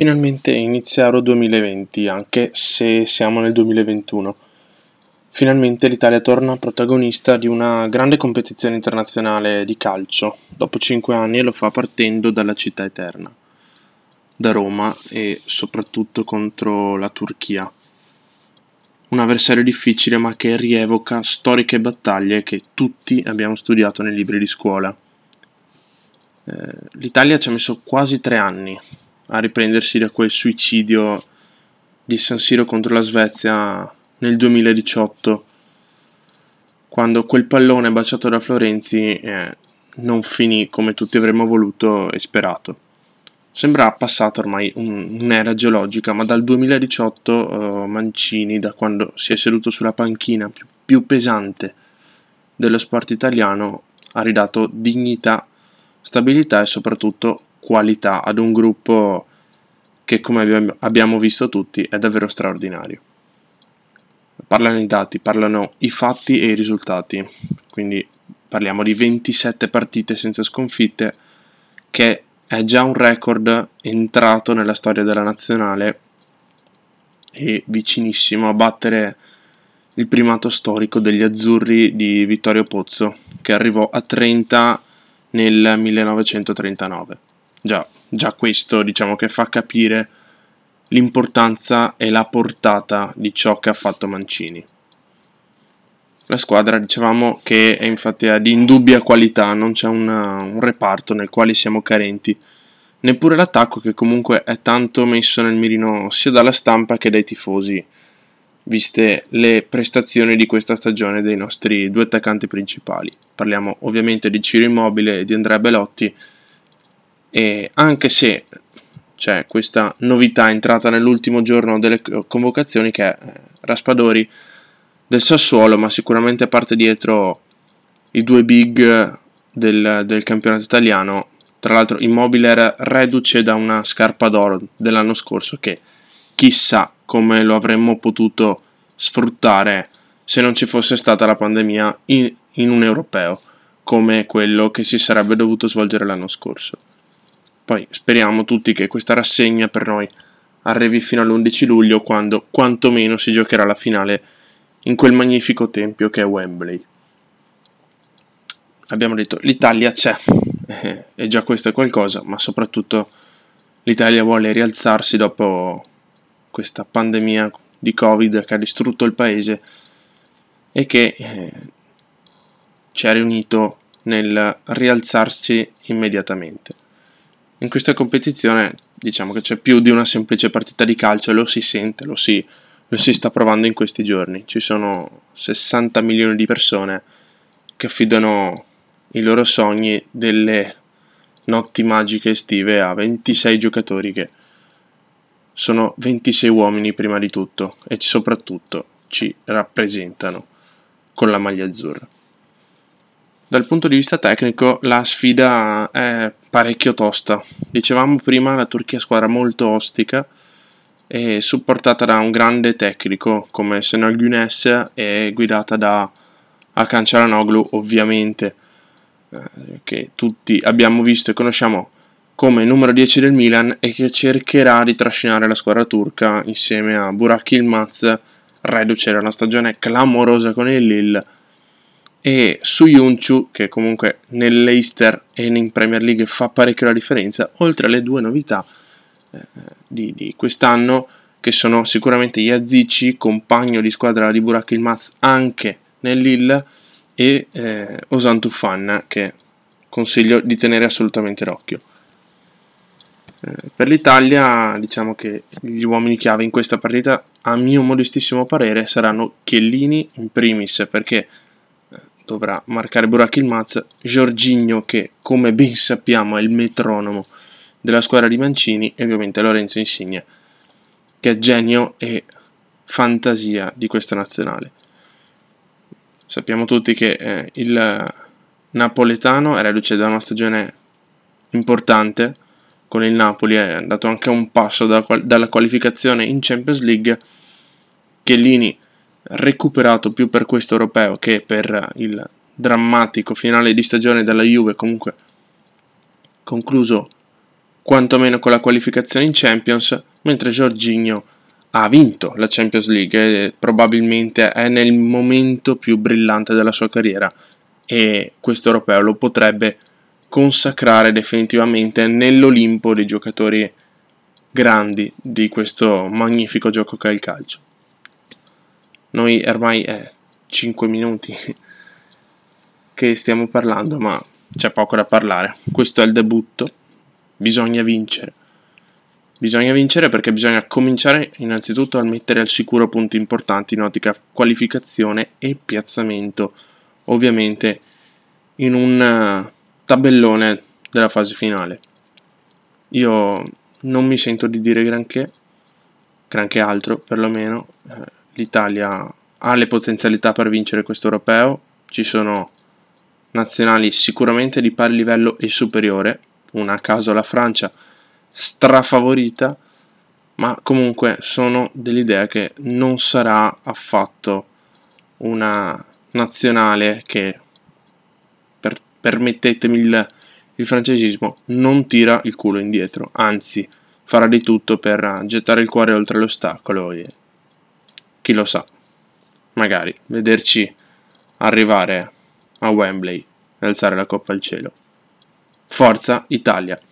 Finalmente inizia Euro 2020, anche se siamo nel 2021. Finalmente l'Italia torna protagonista di una grande competizione internazionale di calcio, dopo 5 anni, e lo fa partendo dalla città eterna, da Roma e soprattutto contro la Turchia. Un avversario difficile ma che rievoca storiche battaglie che tutti abbiamo studiato nei libri di scuola. L'Italia ci ha messo quasi 3 anni a riprendersi da quel suicidio di San Siro contro la Svezia nel 2018, quando quel pallone baciato da Florenzi non finì come tutti avremmo voluto e sperato. Sembra passata ormai un'era geologica, ma dal 2018 Mancini, da quando si è seduto sulla panchina più pesante dello sport italiano, ha ridato dignità, stabilità e soprattutto qualità ad un gruppo che, come abbiamo visto tutti, è davvero straordinario. Parlano i dati, parlano i fatti e i risultati, quindi parliamo di 27 partite senza sconfitte, che è già un record entrato nella storia della nazionale e vicinissimo a battere il primato storico degli azzurri di Vittorio Pozzo, che arrivò a 30 nel 1939. Già questo, diciamo, che fa capire l'importanza e la portata di ciò che ha fatto Mancini. La squadra, dicevamo, che è infatti di indubbia qualità, non c'è un reparto nel quale siamo carenti, neppure l'attacco, che comunque è tanto messo nel mirino sia dalla stampa che dai tifosi, viste le prestazioni di questa stagione dei nostri due attaccanti principali. Parliamo ovviamente di Ciro Immobile e di Andrea Belotti, e anche se c'è questa novità entrata nell'ultimo giorno delle convocazioni, che è Raspadori del Sassuolo, ma sicuramente parte dietro i due big del campionato italiano. Tra l'altro Immobile era reduce da una scarpa d'oro dell'anno scorso, che chissà come lo avremmo potuto sfruttare se non ci fosse stata la pandemia in un europeo come quello che si sarebbe dovuto svolgere l'anno scorso. Poi speriamo tutti che questa rassegna per noi arrivi fino all'11 luglio, quando quantomeno si giocherà la finale in quel magnifico tempio che è Wembley. Abbiamo detto, l'Italia c'è, e già questo è qualcosa, ma soprattutto l'Italia vuole rialzarsi dopo questa pandemia di Covid che ha distrutto il paese e che ci ha riunito nel rialzarsi immediatamente. In questa competizione diciamo che c'è più di una semplice partita di calcio, e lo si sente, lo si sta provando in questi giorni. Ci sono 60 milioni di persone che affidano i loro sogni delle notti magiche estive a 26 giocatori che sono 26 uomini prima di tutto, e soprattutto ci rappresentano con la maglia azzurra. Dal punto di vista tecnico la sfida è parecchio tosta. Dicevamo prima, la Turchia è squadra molto ostica e supportata da un grande tecnico come Şenol Güneş e guidata da Hakan Çalhanoğlu, ovviamente, che tutti abbiamo visto e conosciamo come numero 10 del Milan, e che cercherà di trascinare la squadra turca insieme a Burak Yılmaz, reduce da una stagione clamorosa con il Lille, e Söyüncü, che comunque nell'Leicester e in Premier League fa parecchio la differenza, oltre alle due novità di quest'anno, che sono sicuramente Yazici, compagno di squadra di Burak Yılmaz anche nel Lille, e Ozan Tufan, che consiglio di tenere assolutamente d'occhio. Per l'Italia diciamo che gli uomini chiave in questa partita, a mio modestissimo parere, saranno Chiellini in primis, perché dovrà marcare Burak Yılmaz, Jorginho, che come ben sappiamo è il metronomo della squadra di Mancini, e ovviamente Lorenzo Insigne, che è genio e fantasia di questa nazionale. Sappiamo tutti che il napoletano è reduce da una stagione importante con il Napoli, è andato anche a un passo dalla qualificazione in Champions League. Chiellini recuperato più per questo europeo che per il drammatico finale di stagione della Juve, comunque concluso quantomeno con la qualificazione in Champions, mentre Jorginho ha vinto la Champions League e probabilmente è nel momento più brillante della sua carriera, e questo europeo lo potrebbe consacrare definitivamente nell'Olimpo dei giocatori grandi di questo magnifico gioco che è il calcio. Noi ormai è 5 minuti che stiamo parlando, ma c'è poco da parlare. Questo è il debutto, bisogna vincere. Bisogna vincere perché bisogna cominciare innanzitutto a mettere al sicuro punti importanti in ottica qualificazione e piazzamento, ovviamente in un tabellone della fase finale. Io non mi sento di dire granché altro perlomeno. L'Italia ha le potenzialità per vincere questo europeo, ci sono nazionali sicuramente di pari livello e superiore, una a caso la Francia strafavorita, ma comunque sono dell'idea che non sarà affatto una nazionale che, permettetemi il francesismo, non tira il culo indietro, anzi farà di tutto per gettare il cuore oltre l'ostacolo e chi lo sa, magari vederci arrivare a Wembley e alzare la coppa al cielo. Forza Italia!